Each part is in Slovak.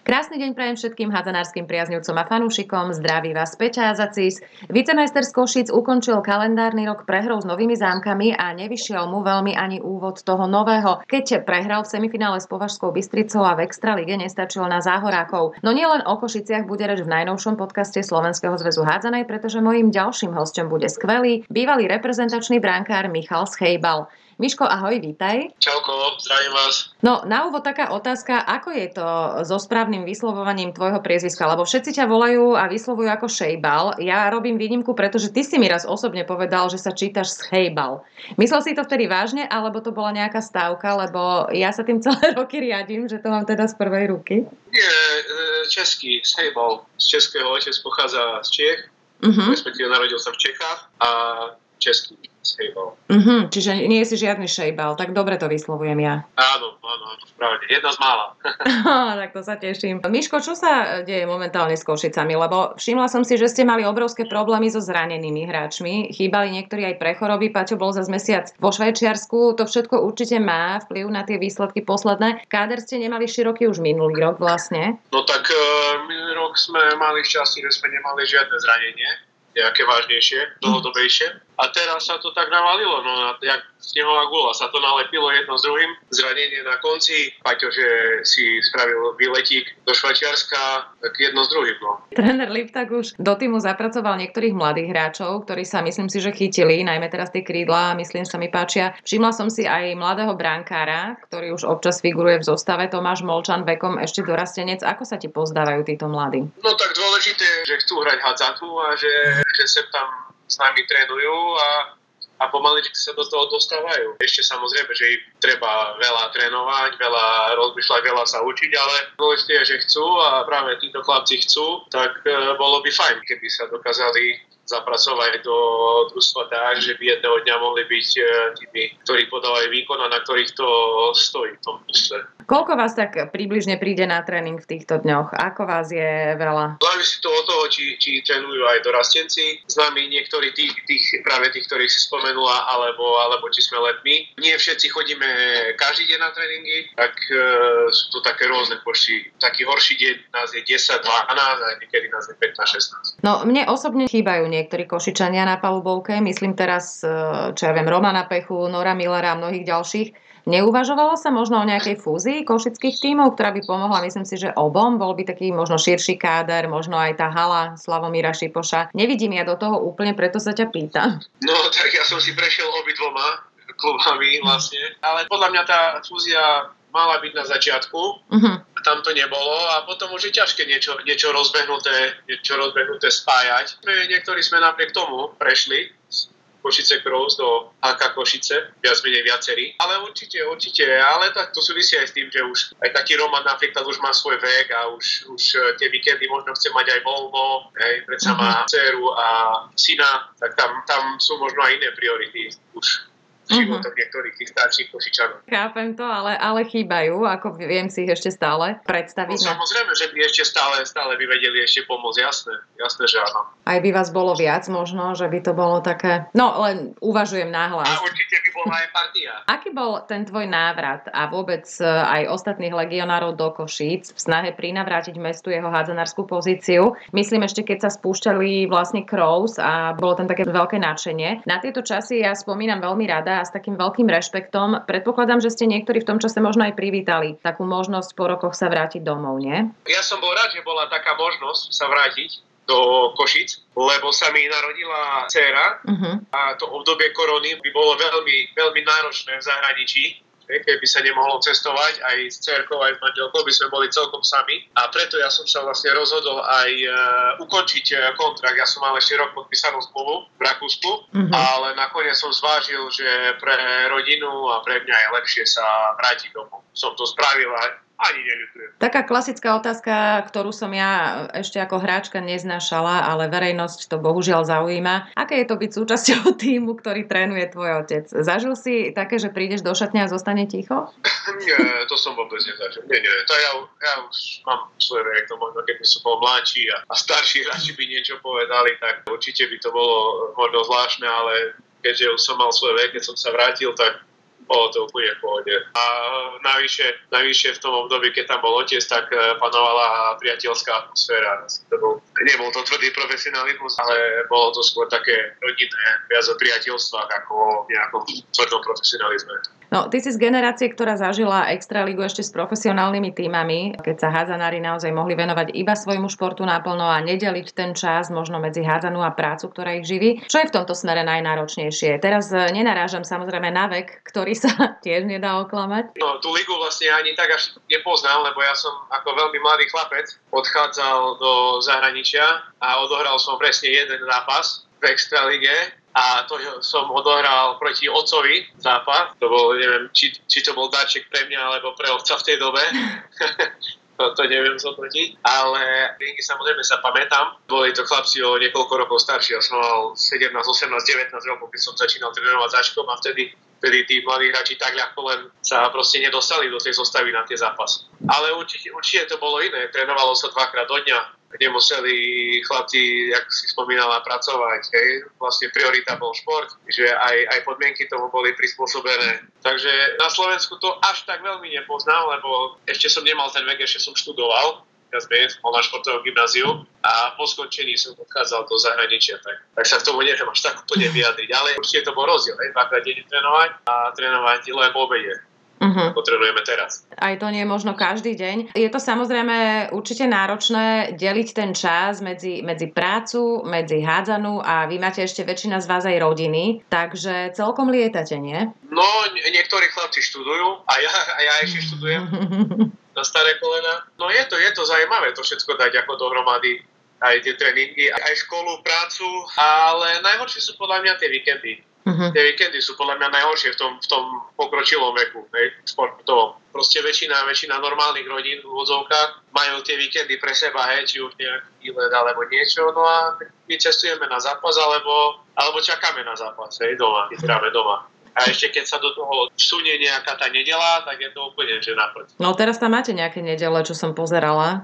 Krásny deň prajem všetkým hádzanárskym priaznivcom a fanúšikom. Zdraví vás Peťa Azacis. Vicemajster z Košíc ukončil kalendárny rok prehrou s Novými Zámkami a nevyšiel mu veľmi ani úvod toho nového. Keď prehral v semifinále s Považskou Bystricou a v Extralige nestačil na záhorákov. No nielen o Košiciach bude reč v najnovšom podcaste Slovenského zväzu hádzanej, pretože mojím ďalším hosťom bude skvelý bývalý reprezentačný brankár Michal Schejbal. Miško, ahoj, vítaj. Čauko, zdravím vás. No, na úvod taká otázka, ako je to so správnym vyslovovaním tvojho priezviska? Lebo všetci ťa volajú a vyslovujú ako Schejbal. Ja robím výnimku, pretože ty si mi raz osobne povedal, že sa čítaš Schejbal. Myslel si to vtedy vážne, alebo to bola nejaká stávka? Lebo ja sa tým celé roky riadím, že to mám teda z prvej ruky. Nie, český Schejbal. Z českého, otec pochádza z Čiech. Respektíve narodil sa v Čechách a český Schejbal. Čiže nie si žiadny Schejbal, tak dobre to vyslovujem ja. Áno, správne. Jedna z mála. Tak to sa teším. Miško, čo sa deje momentálne s Košicami? Lebo všimla som si, že ste mali obrovské problémy so zranenými hráčmi. Chýbali niektorí aj pre choroby. Paťo bol zas mesiac vo Švajčiarsku. To všetko určite má vplyv na tie výsledky posledné. Káder ste nemali široký už minulý rok vlastne. No tak minulý rok sme mali šťastie, že sme nemali žiadne zranenie, nejaké vážnejšie, dlhodobejšie. A teraz sa to tak navalilo, no jak snehová guľa, sa to nalepilo jedno s druhým. Zranenie na konci, Paťo, že si spravil výletík do Švajčiarska, tak jedno s druhým, no. Tréner Liptak už do týmu zapracoval niektorých mladých hráčov, ktorí sa myslím si, že chytili, najmä teraz tie krídla, myslím sa mi páčia. Všimla som si aj mladého brankára, ktorý už občas figuruje v zostave, Tomáš Molčan, vekom ešte dorastenec. Ako sa ti pozdávajú títo mladí? No tak dôležité, že chcú hrať hádzanku a že sem tam s nami trénujú a pomaličky sa do toho dostávajú. Ešte samozrejme, že im treba veľa trénovať, veľa rozmýšľať, veľa sa učiť, ale dôležité je, že chcú a práve títo chlapci chcú, tak bolo by fajn, keby sa dokázali zapracovať do družstva tak, že by jedného dňa mohli byť tými, ktorí podávajú výkon a na ktorých to stojí v tom družstve. Koľko vás tak približne príde na tréning v týchto dňoch? Ako vás je veľa? Závisí to od toho, či trénujú aj dorastenci. S nami niektorí práve tých, ktorých si spomenula, alebo či sme len my. Nie všetci chodíme každý deň na tréningy, tak sú to také rôzne počty. Taký horší deň nás je 10, 12 a niekedy nás je 15, 16. No, mne osobne chýbajú niektorí Košičania na palubovke. Myslím teraz, čo ja viem, Romana Pechu, Nora Millera a mnohých ďalších. Neuvažovalo sa možno o nejakej fúzii košických tímov, ktorá by pomohla, myslím si, že obom? Bol by taký možno širší káder, možno aj tá hala Slavomíra Šipoša. Nevidím ja do toho úplne, preto sa ťa pýtam. No, tak ja som si prešiel obidvoma klubami vlastne, ale podľa mňa tá fúzia mala byť na začiatku, tam to nebolo a potom už je ťažké niečo rozbehnuté spájať. Niektorí sme napriek tomu prešli Košice Crows do HK Košice, viac menej viacerí. Ale určite, ale to súvisí aj s tým, že už aj taký Roman napríklad už má svoj vek a už tie víkendy možno chce mať aj voľno, predsa má dceru a syna, tak tam sú možno aj iné priority už životok niektorých tých starších Košičanov. Chápem to, ale chýbajú, ako viem si ich ešte stále predstaviť. No, samozrejme, že by ešte stále by vedeli ešte pomôcť, jasné, že áno. Aj by vás bolo viac možno, že by to bolo také, no len uvažujem nahlas. A určite by bola aj partia. Aký bol ten tvoj návrat a vôbec aj ostatných legionárov do Košíc v snahe prinavrátiť mestu jeho hádzanárskú pozíciu? Myslím ešte, keď sa spúšťali vlastne Crows a bolo tam také veľké nadšenie. Na tieto časy ja spomínam veľmi rada a s takým veľkým rešpektom. Predpokladám, že ste niektorí v tom čase možno aj privítali takú možnosť po rokoch sa vrátiť domov, nie? Ja som bol rád, že bola taká možnosť sa vrátiť do Košic, lebo sa mi narodila dcéra a to obdobie korony by bolo veľmi, veľmi náročné v zahraničí. Keby sa nemohlo cestovať, aj s dcérkou, aj s manželkou by sme boli celkom sami. A preto ja som sa vlastne rozhodol aj ukončiť kontrakt. Ja som mal ešte rok podpísanú zmluvu v Rakúsku, ale nakoniec som zvážil, že pre rodinu a pre mňa je lepšie sa vrátiť domov. Som to spravil a ani neľutujem. Taká klasická otázka, ktorú som ja ešte ako hráčka neznášala, ale verejnosť to bohužiaľ zaujíma. Aké je to byť súčasťou tímu, ktorý trénuje tvoj otec? Zažil si také, že prídeš do šatne a zostane ticho? Nie, to som vôbec nezažil. Nie. To ja už mám svoje vek, to možno keby som bol mladší a starší hráči by niečo povedali, tak určite by to bolo možno zvláštne, ale keďže už som mal svoje vek, keď som sa vrátil, tak bolo to úplne v pohode. A navyše v tom období, keď tam bol otec, tak panovala priateľská atmosféra. Nebol to tvrdý profesionalizmus, ale bolo to skôr také rodinné, viac o priateľstvách ako o nejakom tvrdom profesionalizme. No, ty si z generácie, ktorá zažila extraligu ešte s profesionálnymi tímami, keď sa hádzanári naozaj mohli venovať iba svojmu športu naplno a nedeliť ten čas možno medzi hádzanú a prácu, ktorá ich živí. Čo je v tomto smere najnáročnejšie? Teraz nenarážam samozrejme na vek, ktorý sa tiež nedá oklamať. No, tú ligu vlastne ani tak až nepoznám, lebo ja som ako veľmi mladý chlapec odchádzal do zahraničia a odohral som presne jeden zápas v extralige. A to som odohral proti otcovi zápas. To bol, neviem, či to bol darček pre mňa, alebo pre otca v tej dobe. to neviem zhodnotiť. Ale ringy samozrejme sa pamätám. Boli to chlapci o niekoľko rokov starší. Ja som mal 17, 18, 19 rokov, keď som začínal trénovať začkom a vtedy tí mladí hráči tak ľahko len sa proste nedostali do tej zostavy na tie zápasy. Ale určite to bolo iné. Trénovalo sa 2-krát do dňa. Nemuseli chlapci, jak si spomínala, pracovať. Hej. Vlastne priorita bol šport, že aj podmienky tomu boli prispôsobené. Takže na Slovensku to až tak veľmi nepoznám, lebo ešte som nemal ten vek, ešte som študoval. Ja som na športovom gymnáziu a po skončení som odchádzal do zahraničia. Tak sa k tomu neviem až tak úplne vyjadriť. Ale určite to bol rozdiel. Dvakrát denne trénovať a trénovať len po obede. Ako trénujeme teraz. Aj to nie je možno každý deň. Je to samozrejme určite náročné deliť ten čas medzi prácu, medzi hádzanú a vy máte ešte väčšina z vás aj rodiny, takže celkom lietate, nie? No, niektorí chlapci študujú a ja ešte študujem na staré kolena. No je to zaujímavé to všetko dať ako dohromady. Aj tie tréningy, aj školu, prácu, ale najhoršie sú podľa mňa tie víkendy. Tie víkendy sú podľa mňa najhoršie v tom pokročilom veku, športovom. Proste väčšina normálnych rodín v úvodzovkách majú tie víkendy pre seba, či už nejaký výlet alebo niečo, no a my cestujeme na zápas alebo čakáme na zápas, doma, hráme doma. A ešte keď sa do toho vsunie nejaká tá nedeľa, tak je to úplne že naprd. No teraz tam máte nejaké nedele, čo som pozerala.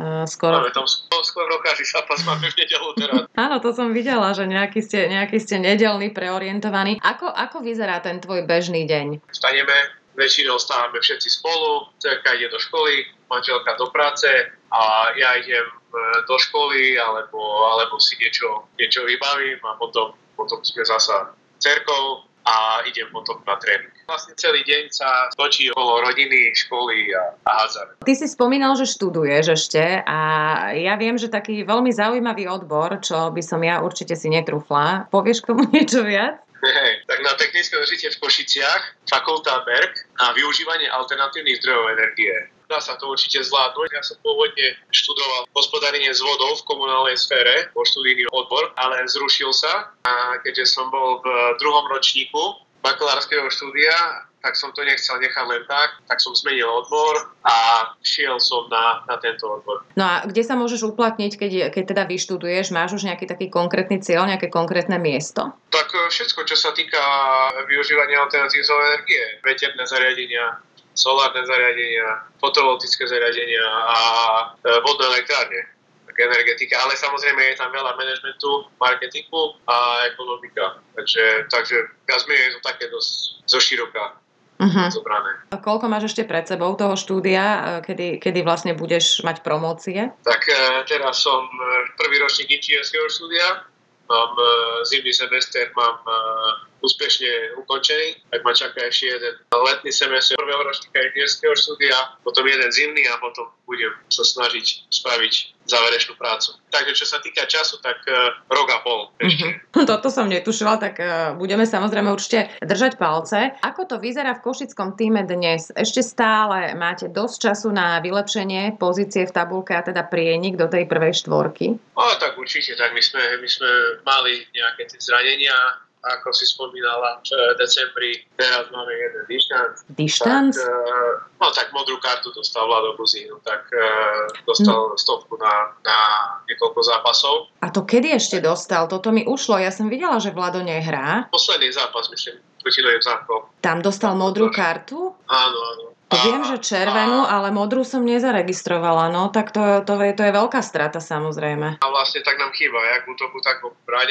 Máme tam skôr každý zápas máme v nedeľu teraz. Áno, to som videla, že nejaký ste nedeľný, preorientovaní. Ako vyzerá ten tvoj bežný deň? Vstaneme, väčšinou stávame všetci spolu, dcerka ide do školy, manželka do práce a ja idem do školy alebo si niečo vybavím a potom sme zasa dcerkou a idem potom na tréning. Vlastne celý deň sa točí okolo rodiny, školy a hádzania. Ty si spomínal, že študuješ ešte a ja viem, že taký veľmi zaujímavý odbor, čo by som ja určite si netrúfla. Povieš k tomu niečo viac? Tak na Technické univerzite v Košiciach, fakulta BERG a využívanie alternatívnych zdrojov energie. Dá sa to určite zvládnuť. Ja som pôvodne študoval hospodárenie s vodou v komunálnej sfére, bol študijný odbor, ale zrušil sa. A keďže som bol v druhom ročníku bakalárskeho štúdia, tak som to nechcel nechať len tak som zmenil odbor a šiel som na tento odbor. No a kde sa môžeš uplatniť, keď teda vyštuduješ? Máš už nejaký taký konkrétny cieľ, nejaké konkrétne miesto? Tak všetko, čo sa týka využívania alternatívnej energie, veterné zariadenia, solárne zariadenia, fotovoltické zariadenia a vodné elektrárne, tak energetika, ale samozrejme je tam veľa manažmentu, marketingu a ekonomika. Takže viac menej je to také dosť zoširoka zobrané. A koľko máš ešte pred sebou toho štúdia, kedy vlastne budeš mať promócie? Tak teraz som prvý ročník inžinierského štúdia, mám zimný semester, mám úspešne ukončený, tak ma čaká ešte jeden letný semester prvého ročníka inžinierského štúdia, potom jeden zimný a potom budem sa snažiť spraviť záverečnú prácu. Takže čo sa týka času, tak rok a pol ešte. Toto som netušila, tak budeme samozrejme určite držať palce. Ako to vyzerá v košickom týme dnes? Ešte stále máte dosť času na vylepšenie pozície v tabuľke a teda prienik do tej prvej štvorky? Tak určite, tak my sme mali nejaké tie zranenia, ako si spomínala, v decembri, teraz máme jeden dištanc. Dištanc? Tak modrú kartu dostal Vlado Buzín, tak dostal stovku na niekoľko zápasov. A to kedy ešte dostal? Toto mi ušlo, ja som videla, že Vlado nehrá. Posledný zápas, myslím, proti Novým Zámkom. Tam dostal modrú kartu? Áno. Viem, že červenú, ale modrú som nezaregistrovala, no tak to je veľká strata samozrejme. A vlastne tak nám chýba, jak v útoku, tak v obrane.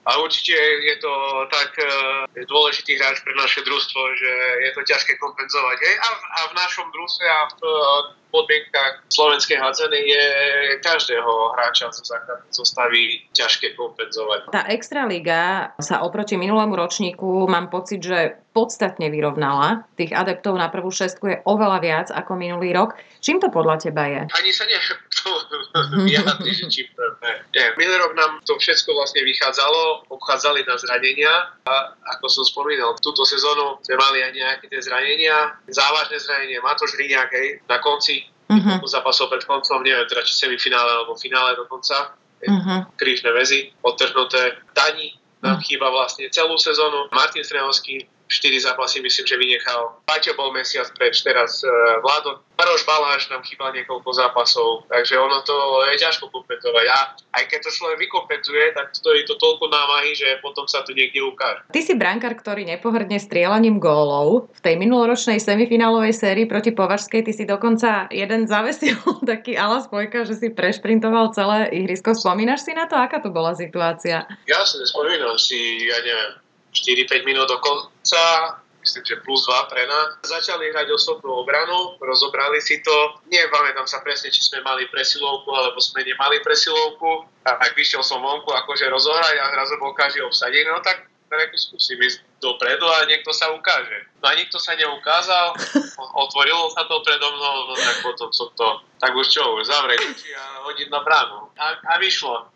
A určite je to tak dôležitý hráč pre naše družstvo, že je to ťažké kompenzovať. Hej? A v našom družstve a v podmienkach slovenskej hádzany je každého hráča zo základnej zostavy ťažké kompenzovať. Tá Extraliga sa oproti minulému ročníku, mám pocit, že podstatne vyrovnala. Tých adeptov na prvú šestku je oveľa viac ako minulý rok. Čím to podľa teba je? Ani sa neviem to vyjadriť, že čím to je. Minulý rok nám to všetko vlastne vychádzalo, obchádzali na zranenia a ako som spomínal, túto sezónu sme mali aj nejaké tie zranenia, závažné zranenie, Matúš Hriňák, na konci zápasov pred koncom, neviem teda či semifinále alebo finále dokonca, krížne väzy, odtrhnuté. Dani nám chýba vlastne celú sezónu, Martin Strehovský 4 zápasy myslím, že vynechal. Paťo bol mesiac preč, teraz Vlado. Maroš Baláš nám chýbal niekoľko zápasov, takže ono to je ťažko kompenzovať. A aj keď to človek vykompenzuje, tak stojí to toľko námahy, že potom sa to niekde ukáže. Ty si brankár, ktorý nepohrdne strieľaním gólov. V tej minuloročnej semifinálovej sérii proti Považskej ty si dokonca jeden zavesil taký ala spojka, že si prešprintoval celé ihrisko. Spomínaš si na to? Aká to bola situácia? Ja si nespomínam si, ja neviem, 4-5 minút do konca, myslím, že plus 2 pre nás. Začali hrať osobnú obranu, rozobrali si to. Nepamätám sa presne, či sme mali presilovku, alebo sme nemali presilovku. A tak vyšiel som vonku, akože rozohrať a zrazu bol každý obsadený. No tak skúsim ísť dopredu a niekto sa ukáže. No a nikto sa neukázal, otvorilo sa to predo mnou, no tak potom som to, tak už čo, už zavrieť oči a hodiť na bránu. A vyšlo.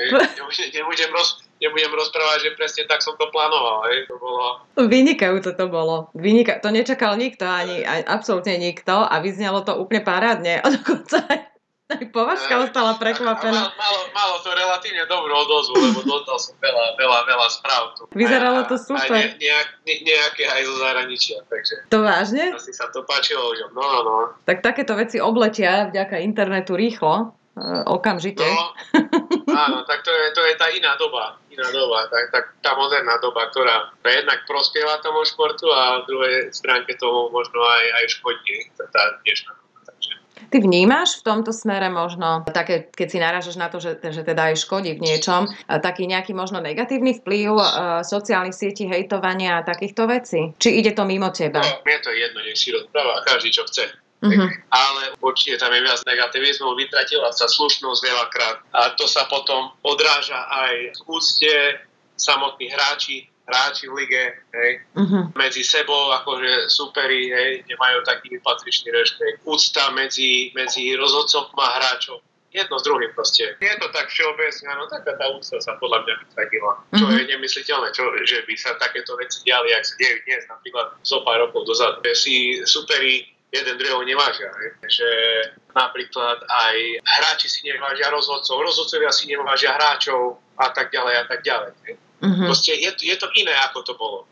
Nebudem rozprávať, že presne tak som to plánoval. To bolo... Vynikajúce to bolo. To nečakal nikto, ani absolútne nikto a vyznelo to úplne parádne. A dokonca aj Považská ostala prekvapená. Malo to relatívne dobrú odozvu, lebo dostal som veľa správ tu. Vyzeralo to super. Nejaké aj zo zahraničia, takže... To vážne? Asi sa to páčilo ľuďom. No. Tak takéto veci obletia vďaka internetu rýchlo. Okamžite. No, áno, tak to je tá iná doba, tak tá moderná doba, ktorá jednak prospieva tomu športu a v druhej stránke tomu možno aj škodí, tá dnešná doba. Takže. Ty vnímaš v tomto smere možno také, keď si narážaš na to, že teda aj škodí v niečom, taký nejaký možno negatívny vplyv sociálnych sietí, hejtovania a takýchto vecí? Či ide to mimo teba? No, mne to je jedno, nech si rozpráva každý, čo chce. Ale určite tam je viac negativizmu, vytratila sa slušnosť veľakrát a to sa potom odráža aj v úcte samotných hráči v lige, medzi sebou, akože superi, nemajú taký patričný rešpekt. Úcta medzi rozhodcom a hráčom. Jedno s druhým proste. Je to tak všeobecne, no taká tá úcta sa podľa mňa vytratila. Čo je nemysliteľné, že by sa takéto veci diali, ak sa dejú dnes, napríklad zo pár rokov dozadu. Si superi jeden druhého nevážia. Že napríklad aj hráči si nevážia rozhodcovia si nevážia hráčov a tak ďalej. Proste je to iné, ako to bolo.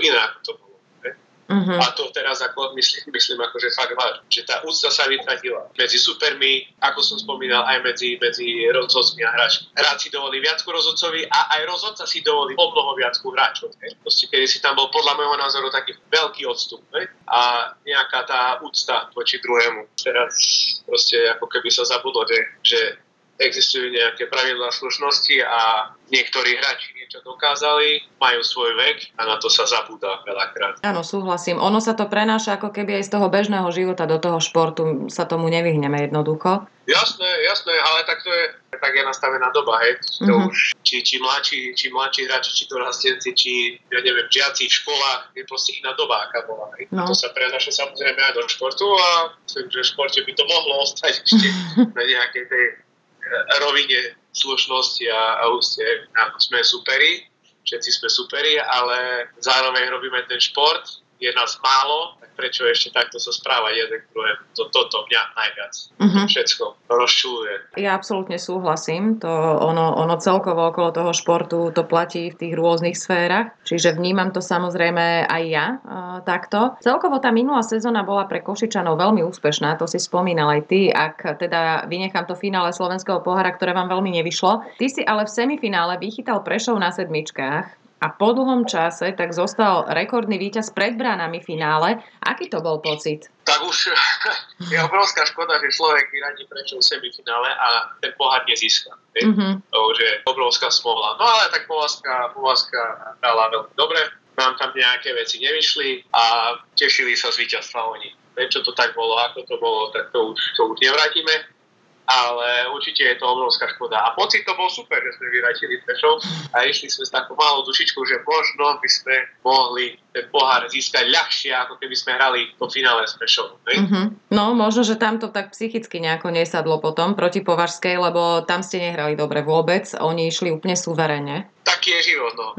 A to teraz ako myslím akože fakt vážne. Že tá úcta sa vytratila. Medzi supermi, ako som spomínal, aj medzi rozhodcami a hráčmi. Hráč si dovolí viac ku rozhodcovi a aj rozhodca si dovolí o mnoho viac ku hráčov. Proste kedy si tam bol podľa môjho názoru taký veľký odstup. A nejaká tá úcta voči druhému. Teraz proste ako keby sa zabudlo, že existujú nejaké pravidlá slušnosti a niektorí hráči niečo dokázali, majú svoj vek a na to sa zabúda veľakrát. Áno, súhlasím. Ono sa to prenáša ako keby aj z toho bežného života do toho športu. Sa tomu nevyhneme jednoducho. Jasné, ale tak to je tak je nastavená doba, To už, či mladší hráči, či dorastenci, či ja neviem, žiaci v školách, je proste iná doba, aká bola, No. To sa prenáša samozrejme aj do športu a myslím, že v športe by to mohlo ostať ešte na nejakej tej rovine slušnosti a úcte. Áno, sme superi, všetci sme superi, ale zároveň robíme ten šport, je nás málo, tak prečo ešte takto sa správať jeden k druhému? Toto mňa najviac všetko rozčuluje. Ja absolútne súhlasím. Ono celkovo okolo toho športu to platí v tých rôznych sférach, čiže vnímam to samozrejme aj ja takto. Celkovo tá minulá sezóna bola pre Košičanov veľmi úspešná, to si spomínal aj ty, ak teda vynechám to finále slovenského pohára, ktoré vám veľmi nevyšlo. Ty si ale v semifinále vychytal Prešov na sedmičkách. a po dlhom čase tak zostal rekordný víťaz pred bránami v finále. Aký to bol pocit? Tak už je obrovská škoda, že človek vyradí Prešov v semifinále a ten pohár nezíska. To už je obrovská smola. No ale tak Povazka hrala veľmi dobre. Nám tam nejaké veci nevyšli a tešili sa z víťazstva oni. Prečo to tak bolo, ako to bolo, tak to už nevrátime. Ale určite je to obrovská škoda. A pocit to bol super, že sme vyratili Prešov a išli sme s takou malou dušičkou, že možno by sme mohli ten pohár získať ľahšie, ako keby sme hrali to finále s Prešovom. No, možno, že tam to tak psychicky nejako nesadlo potom proti Považskej, lebo tam ste nehrali dobre vôbec. Oni išli úplne suverene. Taký je život, no.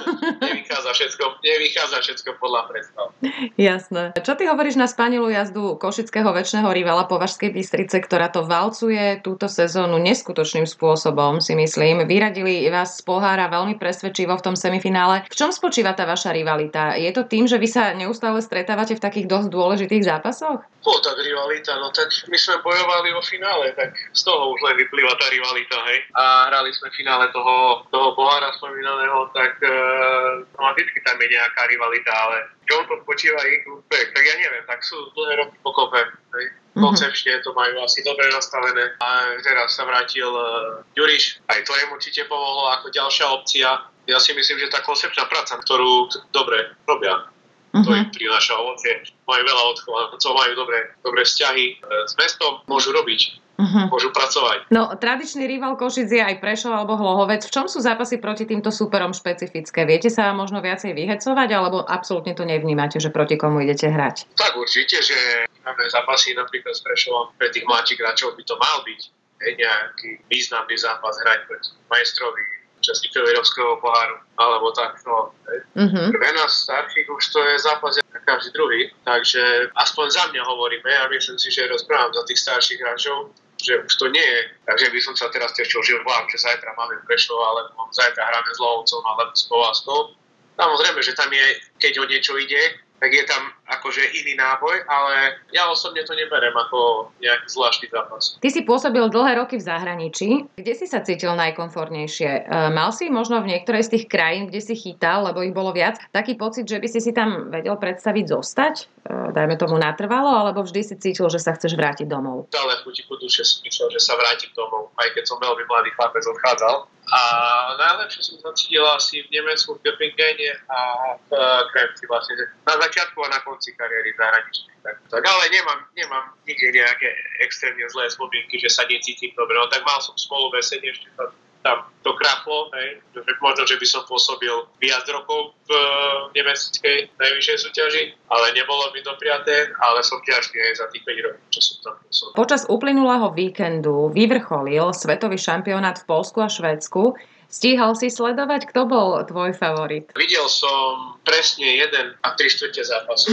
Nevychádza všetko podľa predstav. Jasné. Čo ty hovoríš na spanilú jazdu košického večného rivala Považskej Bystrice, ktorá to valcuje túto sezónu neskutočným spôsobom, si myslím. Vyradili vás z pohára veľmi presvedčivo v tom semifinále. V čom spočíva tá vaša rivalita? Je to tým, že vy sa neustále stretávate v takých dosť dôležitých zápasoch? Tak rivalita, no tak my sme bojovali vo finále, tak z toho už len vyplýva tá rivalita, hej. A hrali sme v finále toho pohára spomínaného, tak vždycky tam je nejaká rivalita, ale čo to spočíva ich úspech, tak ja neviem, tak sú dlhé roky pokope, hej. Koncepčne to majú asi dobre nastavené. A teraz sa vrátil Ďuriš, aj to im určite pomohlo ako ďalšia opcia. Ja si myslím, že tá koncepčná práca, ktorú dobre robia, to im prináša ovocie. Majú veľa odchovancov, majú dobré vzťahy s mestom, môžu robiť, môžu pracovať. No, tradičný rival Košic je aj Prešov alebo Hlohovec. V čom sú zápasy proti týmto súperom špecifické? Viete sa možno viacej vyhecovať, alebo absolútne to nevnímate, že proti komu idete hrať? Tak určite, že máme zápasy napríklad s Prešovom. Pre tých mladších hráčov by to mal byť nejaký významný zápas hrať proti majstrovi, účastníkov Európskeho poháru, alebo takto. Pre nás starších už to je zápas každý druhý, takže aspoň za mňa hovoríme, ja myslím si, že rozprávam za tých starších hráčov, že už to nie je, takže by som sa teraz tešil, že zajtra máme Prešov, alebo zajtra hráme s Hlohovcom, alebo s Povazkou. Samozrejme, že tam je, keď o niečo ide, tak je tam akože iný náboj, ale ja osobne to neberiem ako nejaký zvláštny zápas. Ty si pôsobil dlhé roky v zahraničí. Kde si sa cítil najkomfortnejšie? Mal si možno v niektorej z tých krajín, kde si chytal, lebo ich bolo viac, taký pocit, že by si tam vedel predstaviť zostať? Dajme tomu natrvalo, alebo vždy si cítil, že sa chceš vrátiť domov? Stále v kutiku duše som myslel, že sa vrátim domov, aj keď som veľmi mladý chlapec odchádzal. A najlepšie som sa cítil asi v Nemecku, v Göppingene a v Kremci vlastne. Na začiatku a na konci kariéry zahraničnej. Tak, ale nemám nikde nejaké extrémne zlé spomienky, že sa necítim dobre. No tak mal som smolu vesenie, ešte tam to krachlo, hej. Možno, že by som pôsobil viac rokov v nemeckej najvyššej súťaži, ale nebolo mi to prijaté, ale som vďačný aj za tých 5 rokov, čo som tam pôsobil. Počas uplynulého víkendu vyvrcholil svetový šampionát v Poľsku a Švédsku. Stíhal si sledovať, kto bol tvoj favorit? Videl som presne 1 3/4 zápasu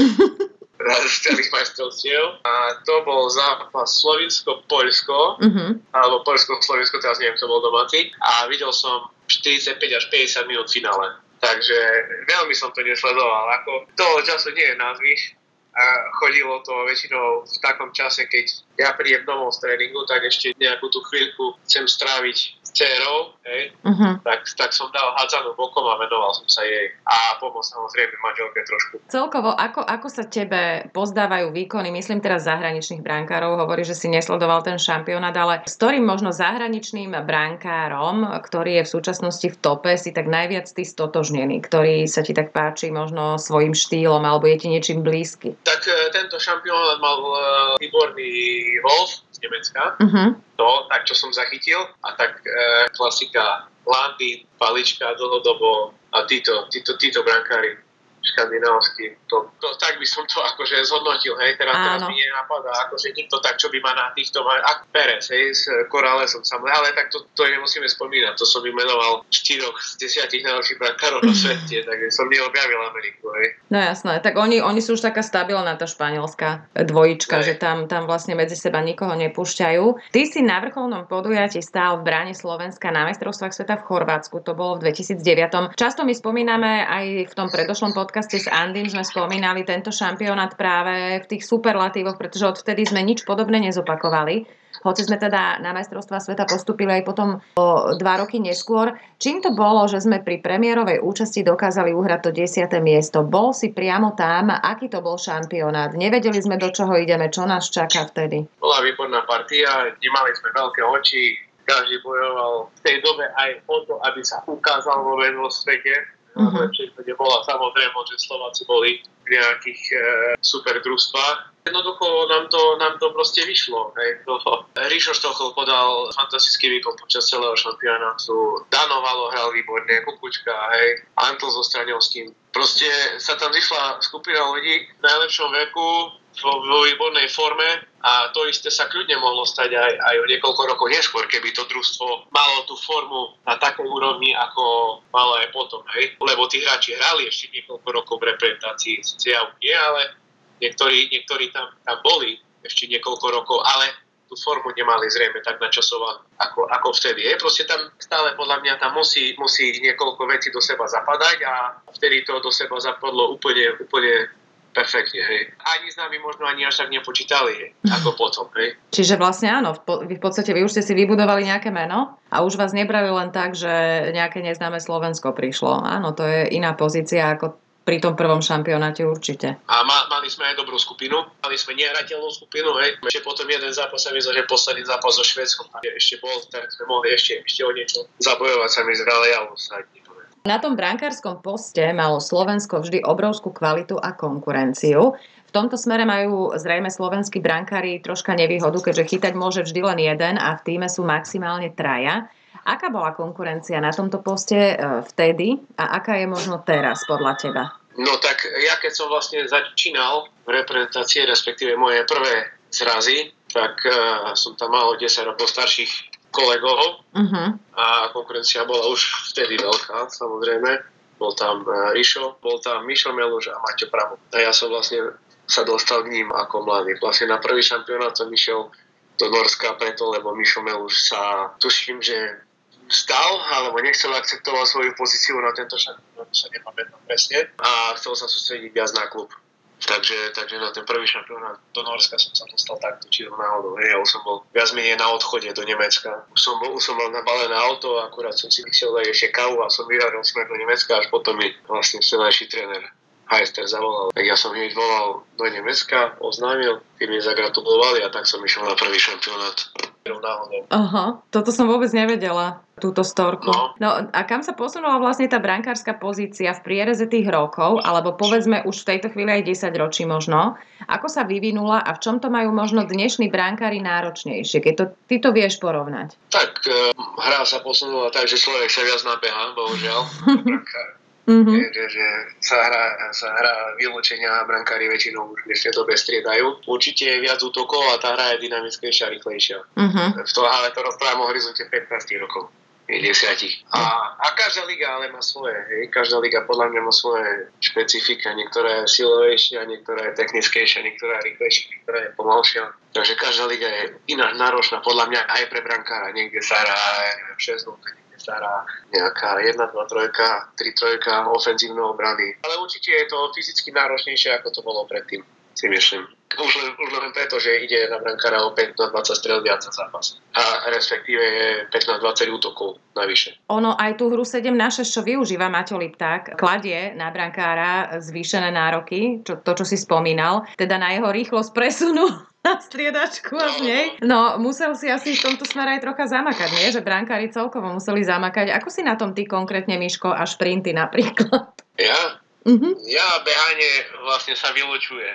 z celých majstrovstiev a to bol zápas Slovinsko-Poľsko alebo Poľsko-Slovinsko, teraz neviem, kto bol domáci, a videl som 45 až 50 minút v finále. Takže veľmi som to nesledoval. Ako toho času nie je nazvyš a chodilo to väčšinou v takom čase, keď ja príjem domov z tréningu, tak ešte nejakú tú chvíľku chcem stráviť s dcerou, tak som dal hádzanú bokom a venoval som sa jej a pomoc samozrejme manželke trošku. Celkovo, ako sa tebe pozdávajú výkony, myslím teraz zahraničných brankárov, hovorí, že si nesledoval ten šampionát, ale s ktorým možno zahraničným brankárom, ktorý je v súčasnosti v tope, si tak najviac ty stotožnený, ktorý sa ti tak páči možno svojim štýlom alebo je ti niečím blízky? Tak tento šampionát mal výborný Wolf z Nemecka, tak čo som zachytil, a tak klasika Landin, Palička dlhodobo a títo brankári škandinávsky. Tak by som to akože zhodnotil, hej, teraz mi nenapadá, akože nikto tak, čo by ma na týchto Perez, hej, s Corralesom ale tak to nemusíme spomínať, to som vymenoval 4 z 10 najlepších brankárov na svete, takže som neobjavil Ameriku, hej. No jasné, tak oni sú už taká stabilná tá španielská dvojička, že tam vlastne medzi seba nikoho nepúšťajú. Ty si na vrcholnom podujatí stál v bráne Slovenska na majstrovstvách sveta v Chorvátsku, to bolo v 2009. Často my spomíname aj v tom predošlom podcaste s Andym sme spomínali tento šampionát práve v tých superlatívoch, pretože odvtedy sme nič podobné nezopakovali. hoci sme teda na majstrovstvá sveta postúpili aj potom o 2 roky neskôr. Čím to bolo, že sme pri premiérovej účasti dokázali uhrať to 10. miesto? Bol si priamo tam, aký to bol šampionát? Nevedeli sme, do čoho ideme, čo nás čaká vtedy? Bola výborná partia, nemali sme veľké oči, každý bojoval v tej dobe aj o to, aby sa ukázal vo svete. Všetko nebola samozrejme, že Slováci boli v nejakých super družstvách. Jednoducho nám to proste vyšlo. Hej. Ríšo Štochl podal fantastický výkon počas celého šampionátu. Dano Valo hral výborne, Kukučka, hej. Antl so Straňovským. Proste sa tam vyšla skupina ľudí v najlepšom veku, vo výbornej forme a to isté sa kľudne mohlo stať aj o niekoľko rokov neskôr, keby to družstvo malo tú formu na takej úrovni, ako malo aj potom, hej. Lebo tí hráči hrali ešte niekoľko rokov v reprezentácii, nie, ale niektorí tam boli ešte niekoľko rokov, ale tú formu nemali zrejme tak načasovanú ako vtedy. Proste tam stále podľa mňa tam musí niekoľko vecí do seba zapadať a vtedy to do seba zapadlo úplne perfektne, hej. Ani s nami možno ani až tak nepočítali, ako potom, hej. Čiže vlastne áno, v podstate vy už ste si vybudovali nejaké meno a už vás nebrali len tak, že nejaké neznáme Slovensko prišlo. Áno, to je iná pozícia ako pri tom prvom šampionáte určite. A mali sme aj dobrú skupinu, mali sme nehrateľnú skupinu, hej. Ešte potom jeden zápas sa mi zdá, že posledný zápas so Švédskom ešte bol, tak sme mohli ešte o niečo zabojovať, sa mi zdá, ale ja na tom brankárskom poste malo Slovensko vždy obrovskú kvalitu a konkurenciu. V tomto smere majú zrejme slovenskí brankári troška nevýhodu, keďže chytať môže vždy len jeden a v tíme sú maximálne 3. Aká bola konkurencia na tomto poste vtedy a aká je možno teraz podľa teba? No tak ja keď som vlastne začínal v reprezentácii, respektíve moje prvé zrazy, tak som tam mal 10 rokov starších kolegov a konkurencia bola už vtedy veľká, samozrejme. Bol tam Ríšo, bol tam Mišo Meluš a Maťo Pramo. A ja som vlastne sa dostal k ním ako mladý. Vlastne na prvý šampionát som išiel do Norska preto, lebo Mišo Meluš sa, tuším, že vzdal, alebo nechcel akceptovať svoju pozíciu na tento šampionát, sa nepamätám presne, a chcel sa sústrediť viac na klub. Takže na ten prvý šampionát do Norska som sa dostal takto čího náhodou. Ja už som bol viac menej na odchode do Nemecka. Už som mal nabalené auto, akurát som si vyšiel dať ešte kávu a som vyradil smer do Nemecka, až potom mi vlastne vtedajší tréner Heister zavolal. Tak ja som hneď volal do Nemecka, oznámil, tí mi zagratulovali a tak som išiel na prvý šampionát. Aha, toto som vôbec nevedela, túto storku. No a kam sa posunula vlastne tá brankárska pozícia v priereze tých rokov, alebo povedzme už v tejto chvíli aj 10 ročí možno? Ako sa vyvinula a v čom to majú možno dnešní brankári náročnejšie, keď ty to vieš porovnať? Tak hra sa posunula tak, že človek sa viac nabehá, bohužiaľ. Že sa hrá vylúčenia a brankári väčšinou už v dnešnej dobe striedajú. Určite je viac útokov a tá hra je dynamickejšia a rýchlejšia. Ale to rozprávam o horizonte 15 rokov. 10. A každá liga ale má svoje. Hej. Každá liga podľa mňa má svoje špecifika. Niektorá je silovejšia, niektorá je technickejšia, niektorá je rýchlejšia, niektorá je pomalšia. Takže každá liga je iná náročná podľa mňa aj pre brankára. Niekde sa hrá 6 stará nejaká 1, 2, 3, 3 ofenzívnej obrany. Ale určite je to fyzicky náročnejšie, ako to bolo predtým, si myslím. Už len preto, že ide na brankára o 5 na 20 strel viac za zápas. A respektíve je 5 na 20 útokov navyše. Ono aj tú hru 7 na 6, čo využíva Maťo Lipták, kladie na brankára zvýšené nároky, čo si spomínal, teda na jeho rýchlosť presunu na striedačku a z nej. No, musel si asi v tomto smere aj trocha zamakať, nie? Že brankári celkovo museli zamakať. Ako si na tom ty konkrétne, Miško, a šprinty napríklad? Ja? Ja behanie vlastne sa vylučuje.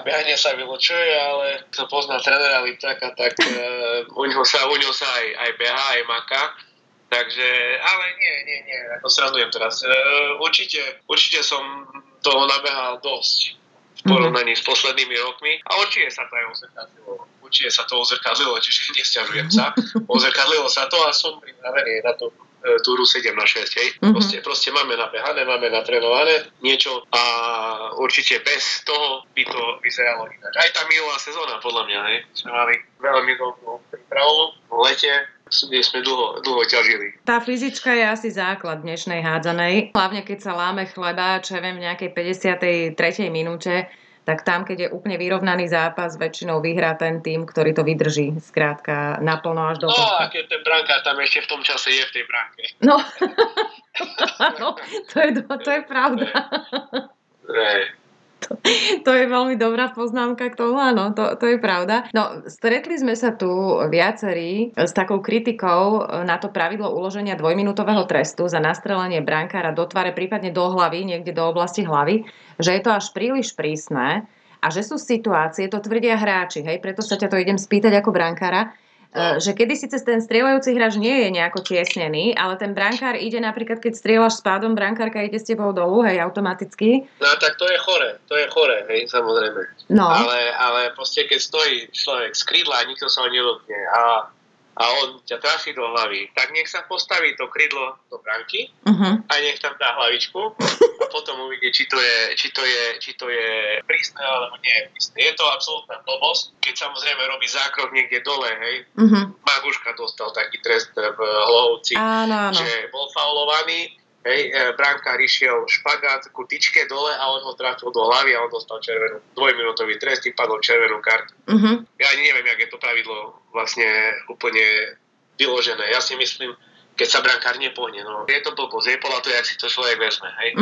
Ale kto pozná trénera Liptáka, tak u ňoho sa aj behá, aj maká. Takže, ale nie, ako srandujem teraz. Určite som toho nabehal dosť v porovnaní s poslednými rokmi a určite sa to ozrkadlilo. Čiže nesťažujem sa. Ozrkadlilo sa to a som pripravený na to túru 7 na 6. Hej. Proste máme nabehané, máme natrénované niečo a určite bez toho by to vyzeralo ináč. Aj tá minulá sezóna, podľa mňa, hej. Sme mali veľmi dobrú prípravu v lete, kde sme dlho ťažili. Tá fyzička je asi základ dnešnej hádzanej. Hlavne keď sa láme chleba, čo ja viem, v nejakej 53. minúte, tak tam, keď je úplne vyrovnaný zápas, väčšinou vyhrá ten tým, ktorý to vydrží skrátka naplno až do konca. No a keď ten brankár tam ešte v tom čase je v tej bránke. No, no to je pravda. To je veľmi dobrá poznámka k tomu, áno, to je pravda. No, stretli sme sa tu viacerí s takou kritikou na to pravidlo uloženia 2-minútového trestu za nastrelenie brankára do tváre, prípadne do hlavy, niekde do oblasti hlavy, že je to až príliš prísne a že sú situácie, to tvrdia hráči, hej, preto sa ťa to idem spýtať ako brankára, že kedy síce ten strieľajúci hráč nie je nejako tiesnený, ale ten brankár ide napríklad, keď strieľaš s pádom, brankárka ide s tebou dolu, hej, automaticky. No tak to je chore, hej, samozrejme. No. Ale proste keď stojí človek z krídla a nikto sa ho nedotkne a on ťa trafí do hlavy, tak nech sa postaví to krídlo do branky a nech tam dá hlavičku a potom uvidí, či to je prísne alebo nie je prísne. Je to absolútna blbosť, keď samozrejme robí zákrok niekde dole, hej. Maguška dostal taký trest v Hlohovci, že bol faulovaný, hej, brankár išiel špagát ku tyčke dole a on ho trafil do hlavy a on dostal červenú 2-minútový trest, padol červenú kartu. Ja ani neviem, jak je to pravidlo vlastne úplne vyložené. Ja si myslím, keď sa brankár nepohne, no je to blbosť, je podľa toho, jak si to človek vezme, hej.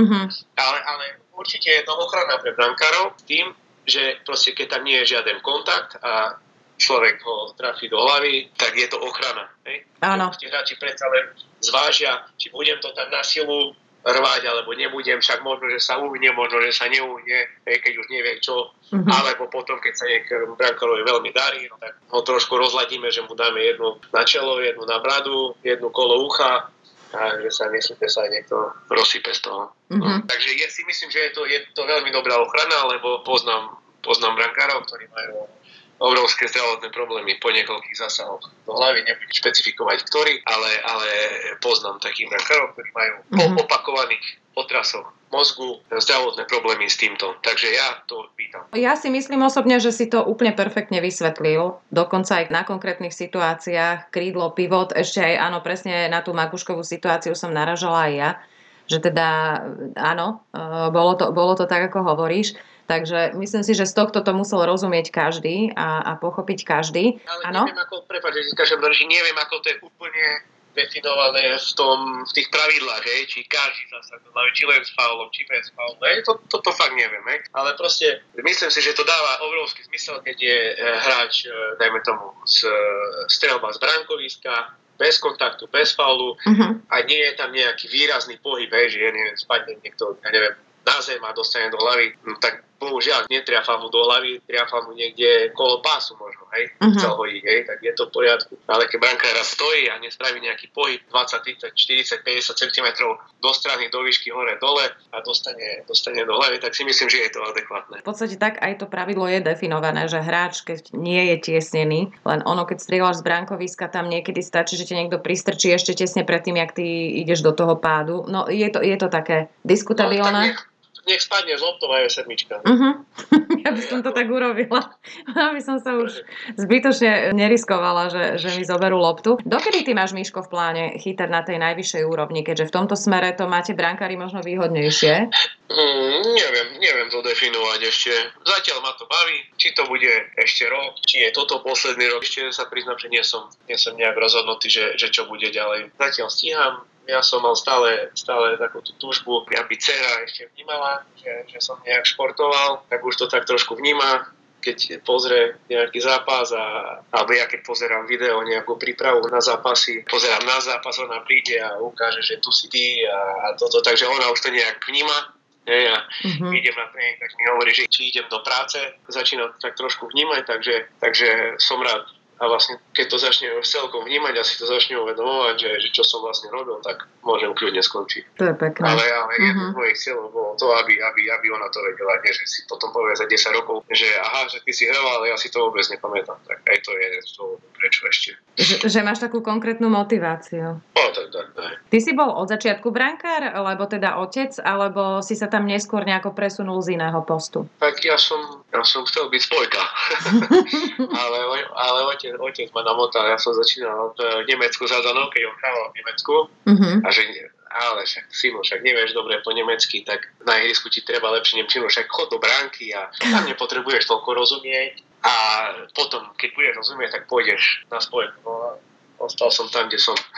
Ale určite je to ochrana pre brankárov tým, že proste keď tam nie je žiaden kontakt a človek ho trafí do hlavy, tak je to ochrana. Hej? Áno. Tí hráči predsa len zvážia, či budem to tam na silu rvať, alebo nebudem, však možno, že sa uhne, možno, že sa neuhne, keď už nevie čo. Alebo potom, keď sa niekomu brankárovi veľmi darí, no, tak ho trošku rozladíme, že mu dáme jednu na čelo, jednu na bradu, jednu kolo ucha a že sa nesúpe sa niekto rozsype z toho. Takže ja si myslím, že je to veľmi dobrá ochrana, lebo poznám brankárov, ktorí majú obrovské zdravotné problémy po niekoľkých zásahoch do hlavy, nebudem špecifikovať ktorý, ale poznám takých brankárov, ktorí majú po opakovaných otrasoch mozgu zdravotné problémy s týmto. Takže ja to vítam. Ja si myslím osobne, že si to úplne perfektne vysvetlil. Dokonca aj na konkrétnych situáciách, krídlo, pivot, ešte aj áno, presne na tú Maguškovú situáciu som naražala aj ja. Že teda áno, bolo to tak, ako hovoríš. Takže myslím si, že z tohto to musel rozumieť každý a pochopiť každý. Ale neviem, ako to je úplne definované v tých pravidlách, či každý zásah, či len s faulom, či bez faulom. To fakt neviem. Ale proste myslím si, že to dáva obrovský zmysel, keď je hráč, dajme tomu, streľba z brankoviska, bez kontaktu, bez faulu a nie je tam nejaký výrazný pohyb, že spadne niekto, na zem a dostane do hlavy, tak bohužiaľ netriafa mu do hlavy, triafa mu niekde kolo pásu možno, chcel hodiť, tak je to v poriadku. Ale keď brankár stojí a nespraví nejaký pohyb 20, 30, 40, 50 cm do strany, do výšky, hore, dole a dostane do hlavy, tak si myslím, že je to adekvátne. V podstate tak aj to pravidlo je definované, že hráč, keď nie je tiesnený, len ono, keď strieľaš z brankoviska, tam niekedy stačí, že ti niekto pristrčí ešte tesne predtým, jak ty ideš do toho pádu. No je to také diskutabilné. Nech spadne z loptou a je sedmička. Ja by som to tak urobila. Aby som sa už zbytočne neriskovala, že mi zoberú loptu. Dokedy ty máš, Miško, v pláne chytať na tej najvyššej úrovni, keďže v tomto smere to máte brankári možno výhodnejšie? Neviem to definovať ešte. Zatiaľ ma to baví. Či to bude ešte rok, či je toto posledný rok. Ešte sa priznám, že nie som nejak rozhodnutý, že čo bude ďalej. Zatiaľ stíham. Ja som mal stále takú tú túžbu, aby dcera ešte vnímala, že som nejak športoval, tak už to tak trošku vníma, keď pozrie nejaký zápas alebo ja keď pozerám video, nejakú prípravu na zápasy, pozerám na zápas, ona príde a ukáže, že tu si ty a toto, takže ona už to nejak vníma. Idem na tréning, tak mi hovorí, že či idem do práce, začína tak trošku vnímať, takže som rád. A vlastne, keď to začne už celkom vnímať a si to začne uvedomovať, že čo som vlastne robil, tak môžem kľudne skončiť. To je pekné. Ale jedno z mojich cieľov bolo to, aby ona to vedela, nie, že si potom povie za 10 rokov, že že ty si hral, ale ja si to vôbec nepamätám. Tak aj to je to, prečo ešte. Že máš takú konkrétnu motiváciu. Tak. Ty si bol od začiatku brankár, alebo teda otec, alebo si sa tam neskôr nejako presunul z iného postu? Tak ja som chcel byť spojka. ale otec ma namotal. Ja som začínal v Nemecku za Zanou, keď on hrával v Nemecku. ale však nevieš dobre po nemecky, tak na ihrisku ti treba lepšie nemčinu, však chod do bránky a tam nepotrebuješ toľko rozumieť a potom, keď budeš rozumieť, tak pôjdeš na spojenú. No, ostal som tam, kde som.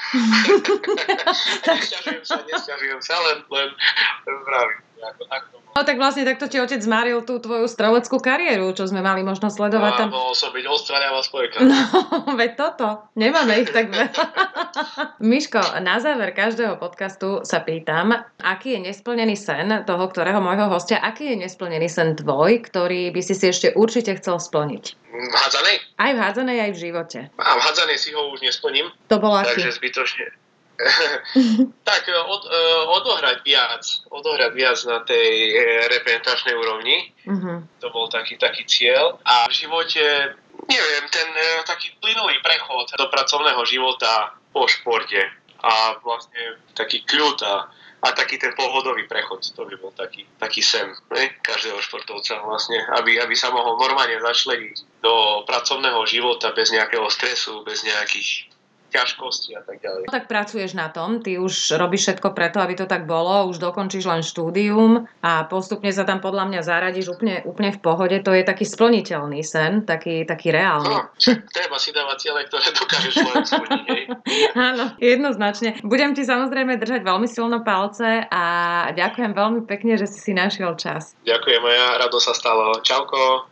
Nesťažujem sa, len vravím. No tak vlastne takto ti otec zmaril tú tvoju streleckú kariéru, čo sme mali možnosť sledovať tam. Mohol som byť ostreľavá spojka. No, veď toto. Nemáme ich tak veľa. Miško, na záver každého podcastu sa pýtam, aký je nesplnený sen toho, ktorého môjho hostia, aký je nesplnený sen tvoj, ktorý by si ešte určite chcel splniť? V hádzanej? Aj v hádzanej, aj v živote. A v hádzanej si ho už nesplním. To bol aký? Takže zbytočne. Tak odohrať viac na tej reprezentačnej úrovni. To bol taký cieľ. A v živote, neviem, ten taký plynulý prechod do pracovného života po športe a vlastne taký kľud a taký ten pohodový prechod, to by bol taký sen každého športovca vlastne, aby sa mohol normálne začleniť do pracovného života bez nejakého stresu, bez nejakých ťažkosti a tak ďalej. No, tak pracuješ na tom, ty už robíš všetko preto, aby to tak bolo, už dokončíš len štúdium a postupne sa tam podľa mňa zaradíš úplne v pohode, to je taký splniteľný sen, taký reálny. No, treba si dávať ciele, ktoré dokážeš len splniť, hej? Áno, jednoznačne. Budem ti samozrejme držať veľmi silno palce a ďakujem veľmi pekne, že si našiel čas. Ďakujem, moja rado sa stalo. Čauko.